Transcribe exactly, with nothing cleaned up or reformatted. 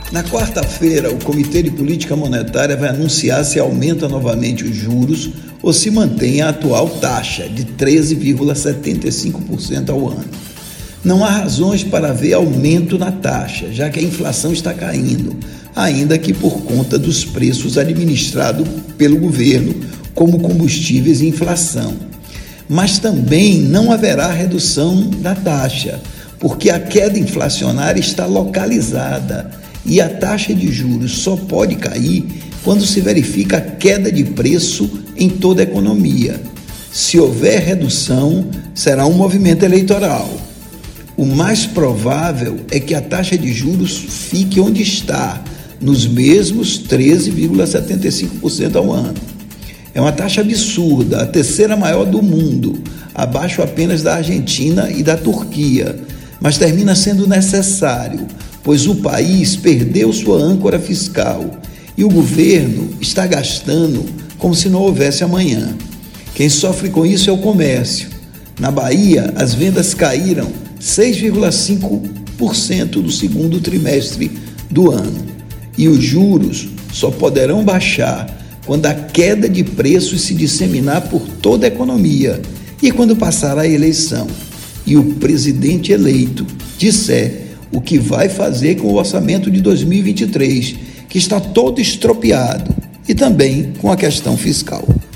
Na quarta-feira, o Comitê de Política Monetária vai anunciar se aumenta novamente os juros ou se mantém a atual taxa de treze vírgula setenta e cinco por cento ao ano. Não há razões para haver aumento na taxa, já que a inflação está caindo, ainda que por conta dos preços administrados pelo governo, como combustíveis e inflação. Mas também não haverá redução da taxa, porque a queda inflacionária está localizada e a taxa de juros só pode cair quando se verifica a queda de preço em toda a economia. Se houver redução, será um movimento eleitoral. O mais provável é que a taxa de juros fique onde está, nos mesmos treze vírgula setenta e cinco por cento ao ano. É uma taxa absurda, a terceira maior do mundo, abaixo apenas da Argentina e da Turquia, mas termina sendo necessário, pois o país perdeu sua âncora fiscal e o governo está gastando como se não houvesse amanhã. Quem sofre com isso é o comércio. Na Bahia, as vendas caíram seis vírgula cinco por cento no segundo trimestre do ano e os juros só poderão baixar quando a queda de preços se disseminar por toda a economia e quando passar a eleição e o presidente eleito disser o que vai fazer com o orçamento de dois mil e vinte e três, que está todo estropiado, e também com a questão fiscal.